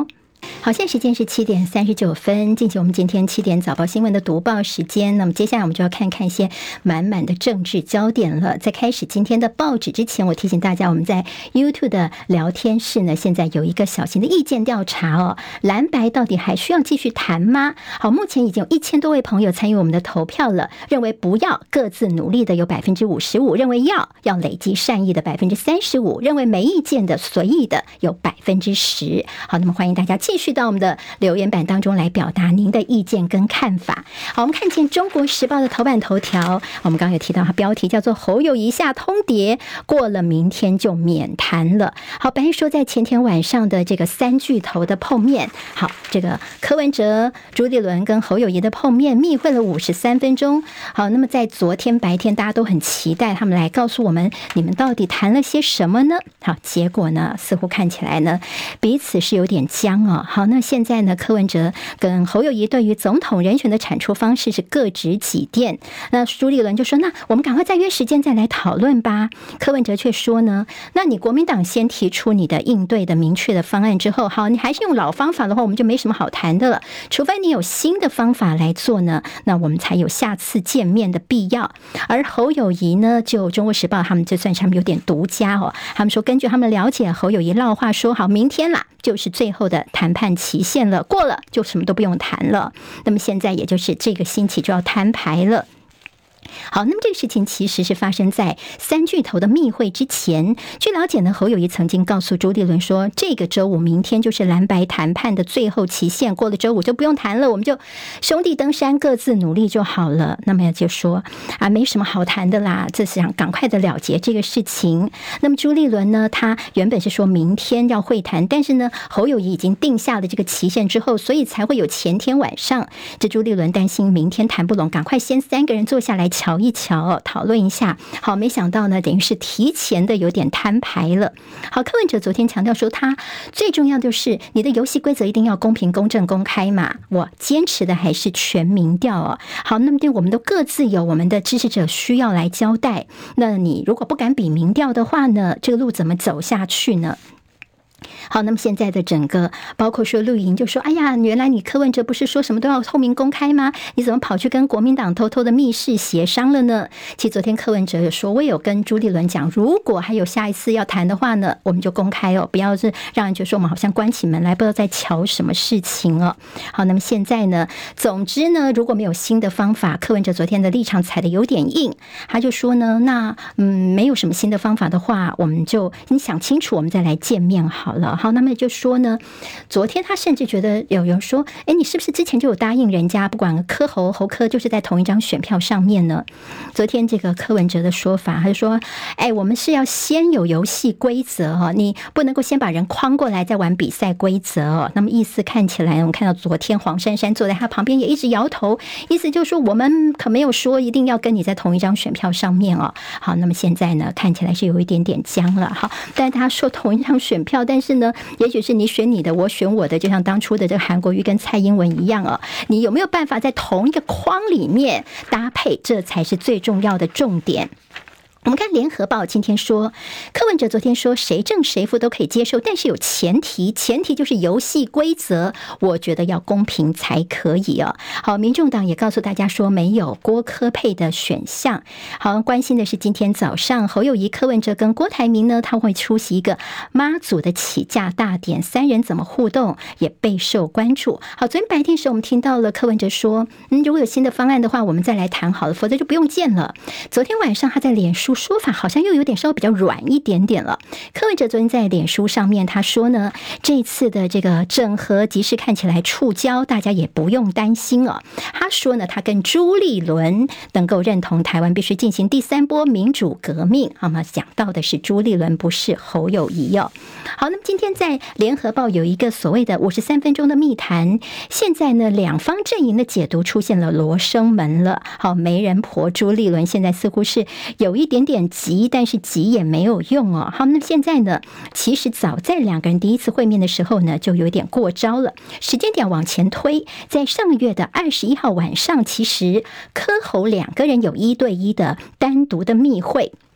好，现在时间是七点三十九分，进行我们今天七点早报新闻的读报时间。那么接下来我们就要看看一些满满的政治焦点了。在开始今天的报纸之前，我提醒大家，我们在 YouTube 的聊天室呢，现在有一个小型的意见调查哦，蓝白到底还需要继续谈吗？好，目前已经有一千多位朋友参与我们的投票了，认为不要各自努力的有百分之五十五，认为要要累积善意的百分之三十五，认为没意见的随意的有百分之十。好，那么欢迎大家继续到我们的留言板当中来表达您的意见跟看法。好，我们看见中国时报的头版头条，我们刚刚有提到它标题叫做侯友宜下通牒，过了明天就免谈了。好，本来说在前天晚上的这个三巨头的碰面，好，这个柯文哲、朱立伦跟侯友宜的碰面密会了五十三分钟。好，那么在昨天白天大家都很期待他们来告诉我们，你们到底谈了些什么呢？好，结果呢似乎看起来呢彼此是有点僵哦。好，那现在呢柯文哲跟侯友宜对于总统人选的产出方式是各执己见。那朱立伦就说，那我们赶快再约时间再来讨论吧。柯文哲却说呢，那你国民党先提出你的应对的明确的方案之后，好，你还是用老方法的话，我们就没什么好谈的了，除非你有新的方法来做呢，那我们才有下次见面的必要。而侯友宜呢，就中国时报他们就算是他们有点独家哦，他们说根据他们了解，侯友宜撂话说，好，明天啦就是最后的谈判期限了，过了就什么都不用谈了。那么现在也就是这个星期就要摊牌了。好，那么这个事情其实是发生在三巨头的密会之前。据了解呢，侯友宜曾经告诉朱立伦说，这个周五明天就是蓝白谈判的最后期限，过了周五就不用谈了，我们就兄弟登山各自努力就好了。那么就说啊，没什么好谈的啦，这是想赶快的了结这个事情。那么朱立伦呢，他原本是说明天要会谈，但是呢侯友宜已经定下了这个期限之后，所以才会有前天晚上这朱立伦担心明天谈不拢，赶快先三个人坐下来瞧一瞧，讨论一下。好，没想到呢等于是提前的有点摊牌了。好，柯文哲昨天强调说，他最重要就是你的游戏规则一定要公平公正公开嘛，我坚持的还是全民调哦。好，那么对我们都各自有我们的支持者需要来交代，那你如果不敢比民调的话呢，这个路怎么走下去呢？好，那么现在的整个包括说绿营就说，哎呀，原来你柯文哲不是说什么都要透明公开吗？你怎么跑去跟国民党偷偷的密室协商了呢？其实昨天柯文哲有说，我有跟朱立伦讲，如果还有下一次要谈的话呢，我们就公开哦，不要是让人觉得说我们好像关起门来不知道在瞧什么事情哦。好，那么现在呢，总之呢，如果没有新的方法，柯文哲昨天的立场踩得有点硬，他就说呢，那嗯没有什么新的方法的话，我们就你想清楚，我们再来见面好了。好，那么就说呢，昨天他甚至觉得有人说，哎，你是不是之前就有答应人家，不管柯侯侯柯就是在同一张选票上面呢？昨天这个柯文哲的说法，他就说，哎，我们是要先有游戏规则哈，你不能够先把人框过来再玩比赛规则哦。那么意思看起来，我们看到昨天黄珊珊坐在他旁边也一直摇头，意思就是说我们可没有说一定要跟你在同一张选票上面哦。好，那么现在呢，看起来是有一点点僵了哈。但是他说同一张选票，但是呢，也许是你选你的，我选我的，就像当初的这个韩国瑜跟蔡英文一样啊，你有没有办法在同一个框里面搭配，这才是最重要的重点。我们看联合报今天说，柯文哲昨天说谁正谁负都可以接受，但是有前提，前提就是游戏规则我觉得要公平才可以哦。好，民众党也告诉大家说没有郭柯配的选项。好，关心的是今天早上侯友宜、柯文哲跟郭台铭呢，他会出席一个妈祖的起驾大典，三人怎么互动也备受关注。好，昨天白天时我们听到了柯文哲说，嗯，如果有新的方案的话我们再来谈好了，否则就不用见了。昨天晚上他在脸书说法好像又有点稍微比较软一点点了。柯文哲昨天在脸书上面他说呢，这次的这个整合即使看起来触礁，大家也不用担心哦。他说呢，他跟朱立伦能够认同台湾必须进行第三波民主革命。好吗？讲到的是朱立伦，不是侯友宜哦。好，那么今天在联合报有一个所谓的五十三分钟的密谈，现在呢两方阵营的解读出现了罗生门了。好，媒人婆朱立伦现在似乎是有一点点急，但是急也没有用哦。好，那现在呢，其实早在两个人第一次会面的时候呢，就有点过招了。时间点往前推，在上个月的二十一号晚上，其实柯侯两个人有一对一的单独的密会。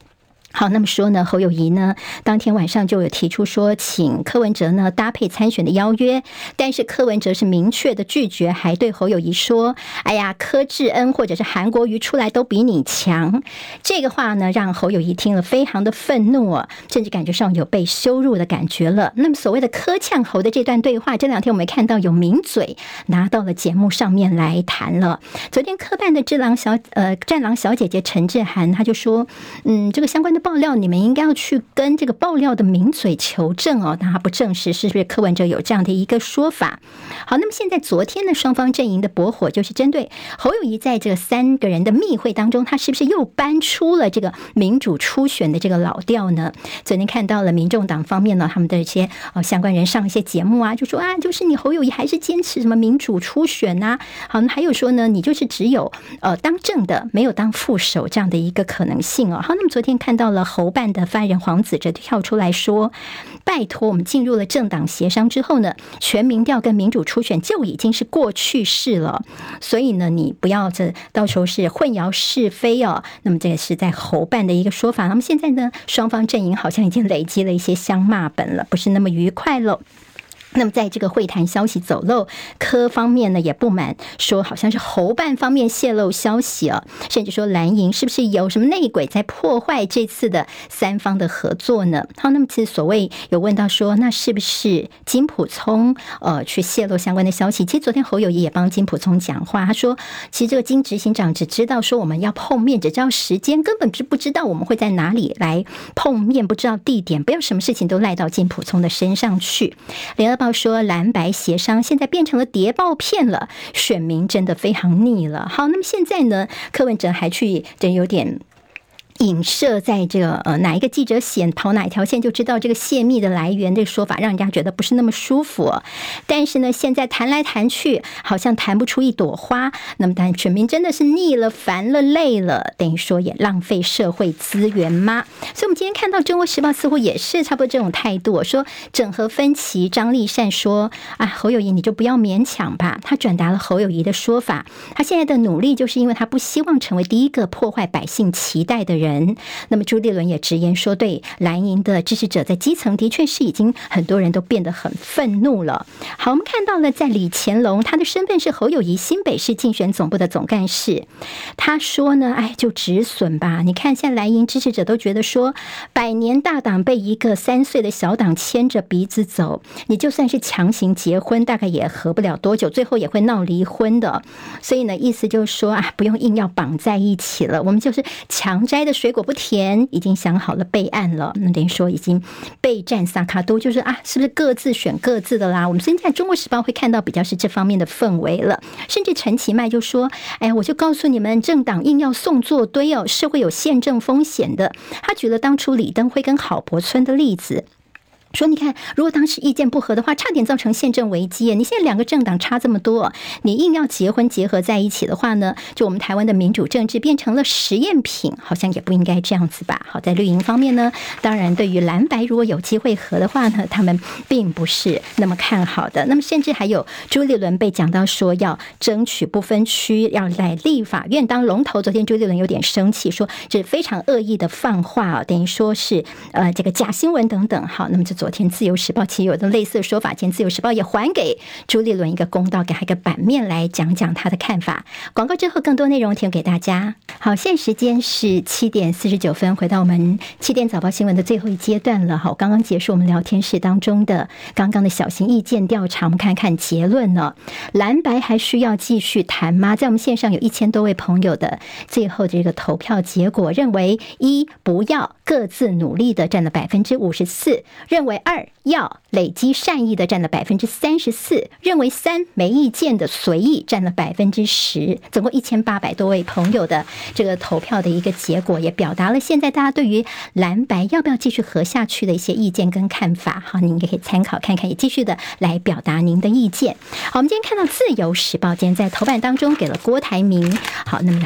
好，那么说呢，侯友宜呢，当天晚上就有提出说，请柯文哲呢搭配参选的邀约，但是柯文哲是明确的拒绝，还对侯友宜说：“哎呀，柯志恩或者是韩国瑜出来都比你强。”这个话呢，让侯友宜听了非常的愤怒啊，甚至感觉上有被羞辱的感觉了。那么所谓的柯呛侯的这段对话，这两天我们看到有名嘴拿到了节目上面来谈了。昨天科办的智囊小呃战狼小姐姐陈志涵，她就说：“嗯，这个相关的爆料，你们应该要去跟这个爆料的名嘴求证哦，但他不证实是不是柯文哲有这样的一个说法。”好，那么现在昨天的双方阵营的驳火，就是针对侯友宜在这三个人的密会当中，他是不是又搬出了这个民主初选的这个老调呢？昨天看到了民众党方面呢，他们的一些呃相关人上一些节目啊，就说啊，就是你侯友宜还是坚持什么民主初选啊？好，那还有说呢，你就是只有呃当正的，没有当副手这样的一个可能性哦。好，那么昨天看到了侯办的发言人黄子哲跳出来说：“拜托，我们进入了政党协商之后呢，全民调跟民主初选就已经是过去式了，所以呢，你不要这到时候是混淆是非哦。”那么这个是在侯办的一个说法。那么现在呢，双方阵营好像已经累积了一些相骂本了，不是那么愉快了。那么在这个会谈消息走漏，柯方面呢也不满，说好像是侯办方面泄露消息啊，甚至说蓝营是不是有什么内鬼在破坏这次的三方的合作呢？好，那么其实所谓有问到说，那是不是金溥聪呃去泄露相关的消息？其实昨天侯友宜也帮金溥聪讲话，他说，其实这个金执行长只知道说我们要碰面，只知道时间，根本是不知道我们会在哪里来碰面，不知道地点，不要什么事情都赖到金溥聪的身上去。联合报说蓝白协商现在变成了谍报片了，选民真的非常腻了。好，那么现在呢，柯文哲还去真有点影射在这个呃哪一个记者写跑哪一条线就知道这个泄密的来源，这个说法让人家觉得不是那么舒服。但是呢，现在谈来谈去好像谈不出一朵花，那么但选民真的是腻了、烦了、累了，等于说也浪费社会资源吗？所以我们今天看到《中国时报》似乎也是差不多这种态度，说整合分歧。张丽善说啊，侯友宜你就不要勉强吧。他转达了侯友宜的说法，他现在的努力就是因为他不希望成为第一个破坏百姓期待的人。那么朱立伦也直言说，对蓝营的支持者在基层的确是已经很多人都变得很愤怒了。好，我们看到了在李乾龙，他的身份是侯友宜新北市竞选总部的总干事，他说呢，哎，就止损吧。你看现在蓝营支持者都觉得说，百年大党被一个三岁的小党牵着鼻子走，你就算是强行结婚，大概也合不了多久，最后也会闹离婚的。所以呢，意思就是说啊，不用硬要绑在一起了，我们就是强摘的水果不甜，已经想好了备案了。那等于说已经备战萨卡都，就是啊，是不是各自选各自的啦？我们现在《中国时报》会看到比较是这方面的氛围了。甚至陈其迈就说：“哎，我就告诉你们，政党硬要送作堆哦，是会有宪政风险的。”他举了当初李登辉跟郝柏村的例子。说你看，如果当时意见不合的话，差点造成宪政危机。你现在两个政党差这么多，你硬要结婚结合在一起的话呢，就我们台湾的民主政治变成了实验品，好像也不应该这样子吧。好，在绿营方面呢，当然对于蓝白如果有机会合的话呢，他们并不是那么看好的。那么甚至还有朱立伦被讲到说要争取不分区，要在立法院当龙头。昨天朱立伦有点生气，说这是非常恶意的放话啊，等于说是呃这个假新闻等等。好，那么就昨天自由时报其实有的类似的说法，今天自由时报也还给朱立伦一个公道，给他一个版面来讲讲他的看法。广告之后更多内容提供给大家。好，现在时间是七点四十九分，回到我们七点早报新闻的最后一阶段了。好，刚刚结束我们聊天室当中的刚刚的小型意见调查，我们看看结论呢。蓝白还需要继续谈吗？在我们线上有一千多位朋友的最后这个投票结果，认为一不要各自努力的占了百分之五十四，认为二要累积善意的占了百分之三十四，认为三没意见的随意占了百分之十，总共一千八百多位朋友的这个投票的一个结果，也表达了现在大家对于蓝白要不要继续合下去的一些意见跟看法。好，您也可以参考看看，也继续的来表达您的意见。好，我们今天看到自由时报今天在头版当中给了郭台铭，好，那么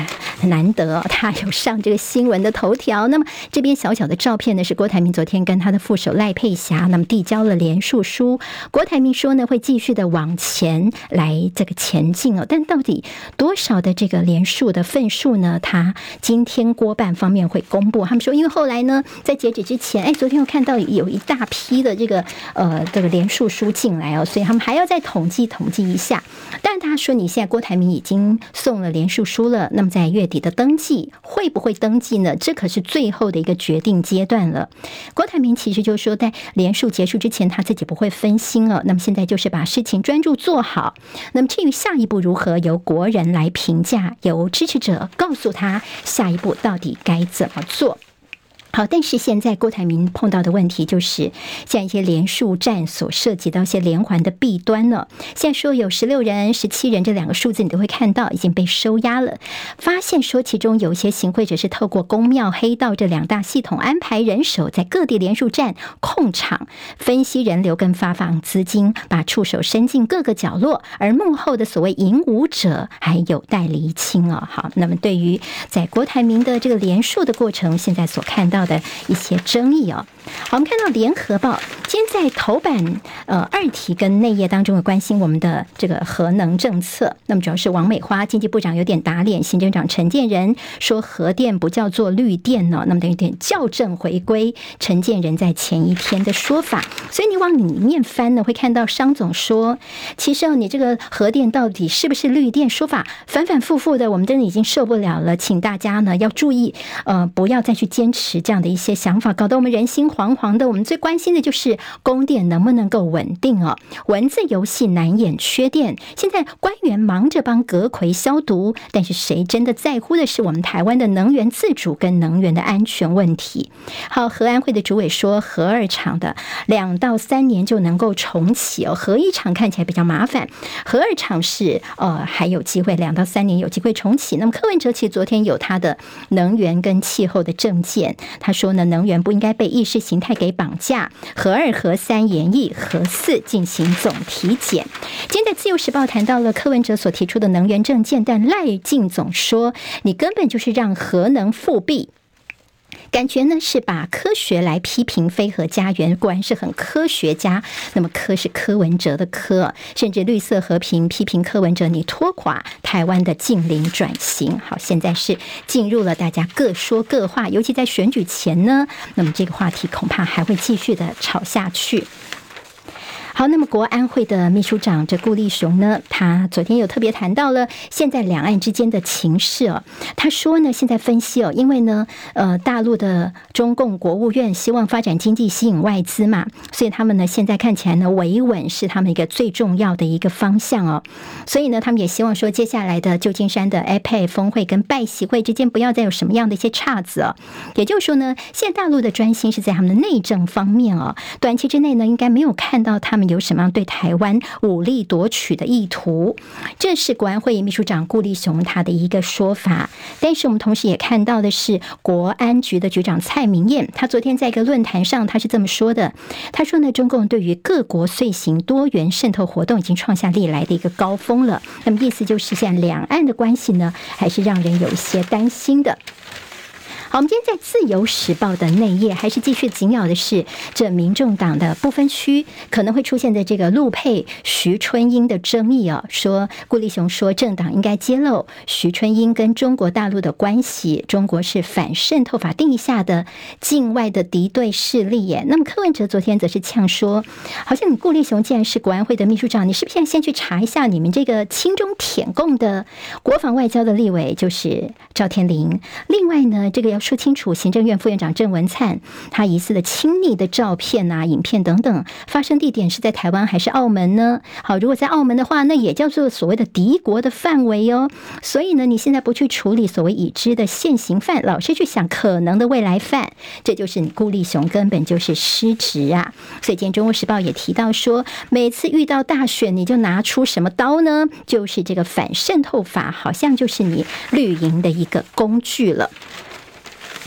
很难得哦，他有上这个新闻的头条。那么这边小小的照片呢，是郭台铭昨天跟他的副手赖佩霞那么递交了联署书。郭台铭说呢，会继续的往前来这个前进哦，但到底多少的这个联署的份数呢？他今天郭办方面会公布。他们说，因为后来呢，在截止之前，哎，昨天我看到有一大批的这个呃这个联署书进来哦，所以他们还要再统计统计一下。但他说，你现在郭台铭已经送了联署书了，那么在月底的登记会不会登记呢？这可是最后的一个决定阶段了。郭台铭其实就说，在联署结束之前，他自己不会分心哦。那么现在就是把事情专注做好。那么至于下一步如何，由国人来评价，由支持者告诉他下一步到底该怎么做。好，但是现在郭台铭碰到的问题就是像一些联署战所涉及到一些连环的弊端呢。现在说有十六人、十七人这两个数字，你都会看到已经被收押了。发现说其中有一些行贿者是透过公庙、黑道这两大系统安排人手，在各地联署站控场，分析人流跟发放资金，把触手伸进各个角落，而幕后的所谓引武者还有待厘清哦。好，那么对于在郭台铭的这个联署的过程，现在所看到的一些争议哦。好，我们看到联合报今天在头版呃二题跟内页当中有关心我们的这个核能政策。那么主要是王美花经济部长有点打脸行政长陈建仁，说核电不叫做绿电呢、哦，那么等于点校正回归陈建仁在前一天的说法。所以你往里面翻呢，会看到商总说，其实、哦、你这个核电到底是不是绿电说法反反复复的，我们真的已经受不了了，请大家呢要注意，呃，不要再去坚持这样的一些想法，搞得我们人心惶惶的。我们最关心的就是供电能不能够稳定哦。文字游戏难掩缺电，现在官员忙着帮阁揆消毒，但是谁真的在乎的是我们台湾的能源自主跟能源的安全问题？好，核安会的主委说，核二厂的两到三年就能够重启哦，核一厂看起来比较麻烦，核二厂是呃还有机会两到三年有机会重启。那么柯文哲其实昨天有他的能源跟气候的政见，他说呢，能源不应该被意识形态给绑架，核二、核三研议，核四进行总体检。今天的自由时报谈到了柯文哲所提出的能源政见，但赖进总说，你根本就是让核能复辟。感觉呢是把科学来批评非核家园，果然是很科学家。那么科是柯文哲的科，甚至绿色和平批评柯文哲，你拖垮台湾的净零转型。好，现在是进入了大家各说各话，尤其在选举前呢，那么这个话题恐怕还会继续的吵下去。好，那么国安会的秘书长这顾立雄呢，他昨天有特别谈到了现在两岸之间的情势哦。他说呢，现在分析哦，因为呢，呃，大陆的中共国务院希望发展经济吸引外资嘛，所以他们呢现在看起来呢，维稳是他们一个最重要的一个方向哦。所以呢，他们也希望说，接下来的旧金山的 A P E C 峰会跟拜习会之间不要再有什么样的一些岔子哦。也就是说呢，现在大陆的专心是在他们的内政方面哦，短期之内呢，应该没有看到他们有什么样对台湾武力夺取的意图。这是国安会秘书长顾立雄他的一个说法。但是我们同时也看到的是国安局的局长蔡明彦，他昨天在一个论坛上他是这么说的，他说呢，中共对于各国遂行多元渗透活动已经创下历来的一个高峰了。那么意思就是现在两岸的关系呢，还是让人有一些担心的。好，我们今天在自由时报的内页还是继续紧咬的是这民众党的不分区可能会出现的这个陆配徐春英的争议啊。说顾立雄说政党应该揭露徐春英跟中国大陆的关系，中国是反渗透法定义下的境外的敌对势力耶。那么柯文哲昨天则是呛说，好像你顾立雄既然是国安会的秘书长，你是不是现在先去查一下你们这个亲中舔共的国防外交的立委就是赵天麟？另外呢，这个要说清楚，行政院副院长郑文灿他疑似的亲昵的照片啊、影片等等，发生地点是在台湾还是澳门呢？好，如果在澳门的话，那也叫做所谓的敌国的范围哦。所以呢，你现在不去处理所谓已知的现行犯，老是去想可能的未来犯，这就是你顾立雄根本就是失职啊。所以今天《中国时报》也提到说，每次遇到大选，你就拿出什么刀呢？就是这个反渗透法，好像就是你绿营的一个工具了。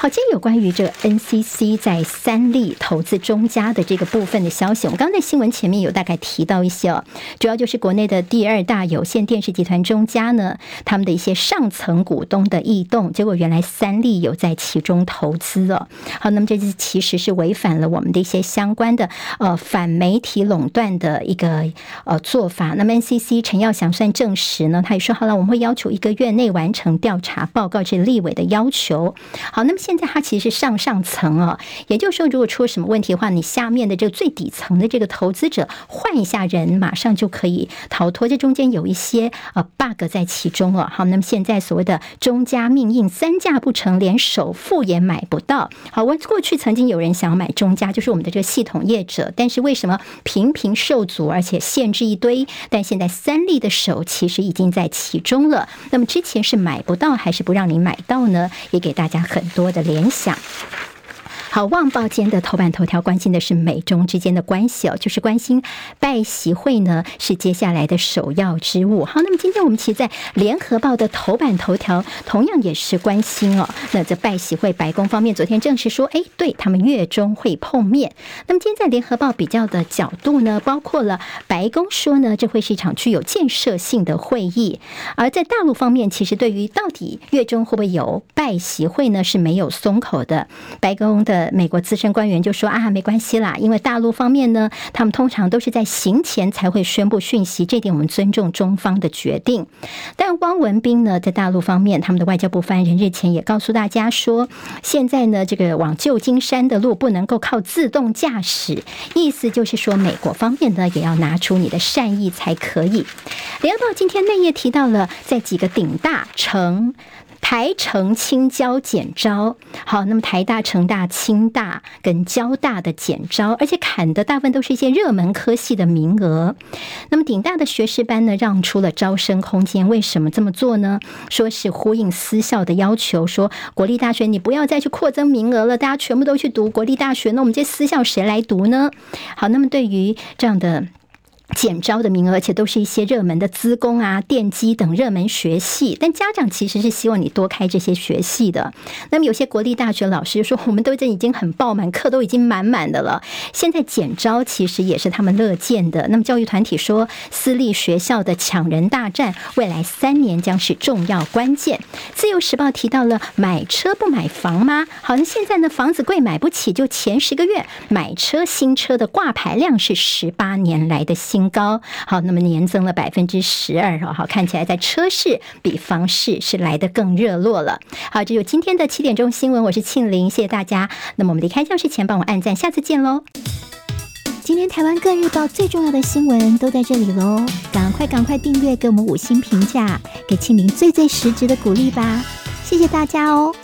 好，今天有关于这个 N C C 在三立投资中嘉的这个部分的消息，我们刚才在新闻前面有大概提到一些哦，主要就是国内的第二大有线电视集团中嘉呢，他们的一些上层股东的异动，结果原来三立有在其中投资哦。好，那么这其实是违反了我们的一些相关的呃反媒体垄断的一个呃做法。那么 N C C 陈耀祥算证实呢，他也说好了，我们会要求一个月内完成调查报告，这是立委的要求。好，那么现在它其实是上上层哦，也就是说，如果出了什么问题的话，你下面的这个最底层的这个投资者换一下人，马上就可以逃脱。这中间有一些呃 bug 在其中哦。好，那么现在所谓的中嘉命硬三价不成，连首付也买不到。好，我过去曾经有人想要买中嘉，就是我们的这个系统业者，但是为什么频频受阻，而且限制一堆？但现在三立的手其实已经在其中了。那么之前是买不到还是不让你买到呢？也给大家很多的联想。好，旺报间的头版头条关心的是美中之间的关系哦，就是关心拜习会呢是接下来的首要之务。好，那么今天我们其实在联合报的头版头条同样也是关心哦，那这拜习会白宫方面昨天证实说，哎，对他们月中会碰面。那么今天在联合报比较的角度呢，包括了白宫说呢，这会是一场具有建设性的会议，而在大陆方面，其实对于到底月中会不会有拜习会呢，是没有松口的。白宫的美国资深官员就说啊，没关系啦，因为大陆方面呢，他们通常都是在行前才会宣布讯息，这点我们尊重中方的决定。但汪文斌呢，在大陆方面，他们的外交部发言人日前也告诉大家说，现在呢，这个往旧金山的路不能够靠自动驾驶，意思就是说，美国方面呢，也要拿出你的善意才可以。联合报今天内页提到了，在几个顶大城。台成清交减招，好，那么台大、成大、清大跟交大的减招，而且砍的大部分都是一些热门科系的名额。那么顶大的学士班呢，让出了招生空间，为什么这么做呢？说是呼应私校的要求，说国立大学你不要再去扩增名额了，大家全部都去读国立大学，那我们这私校谁来读呢？好，那么对于这样的减招的名额，而且都是一些热门的资工啊、电机等热门学系，但家长其实是希望你多开这些学系的。那么有些国立大学老师说，我们都已经很爆满，课都已经满满的了，现在减招其实也是他们乐见的。那么教育团体说，私立学校的抢人大战，未来三年将是重要关键。自由时报提到了买车不买房吗？好像现在呢，房子贵买不起，就前十个月买车新车的挂牌量是十八年来的新高，好，那么年增了百分之十二，好，看起来在车市比房市是来得更热络了。好，这就是今天的七点钟新闻，我是庆玲，谢谢大家。那么我们离开教室前帮我按赞，下次见喽。今天台湾各日报最重要的新闻都在这里喽，赶快赶快订阅，给我们五星评价，给庆玲最最实质的鼓励吧，谢谢大家哦。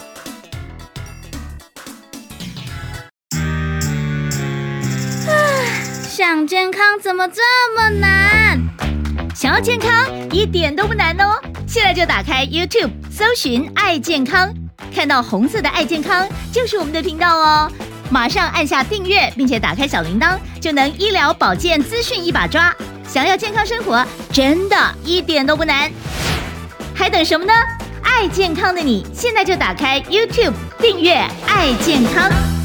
想健康怎么这么难？想要健康一点都不难哦！现在就打开 YouTube 搜寻爱健康，看到红色的爱健康就是我们的频道哦。马上按下订阅，并且打开小铃铛，就能医疗保健资讯一把抓。想要健康生活，真的一点都不难，还等什么呢？爱健康的你，现在就打开 YouTube 订阅爱健康。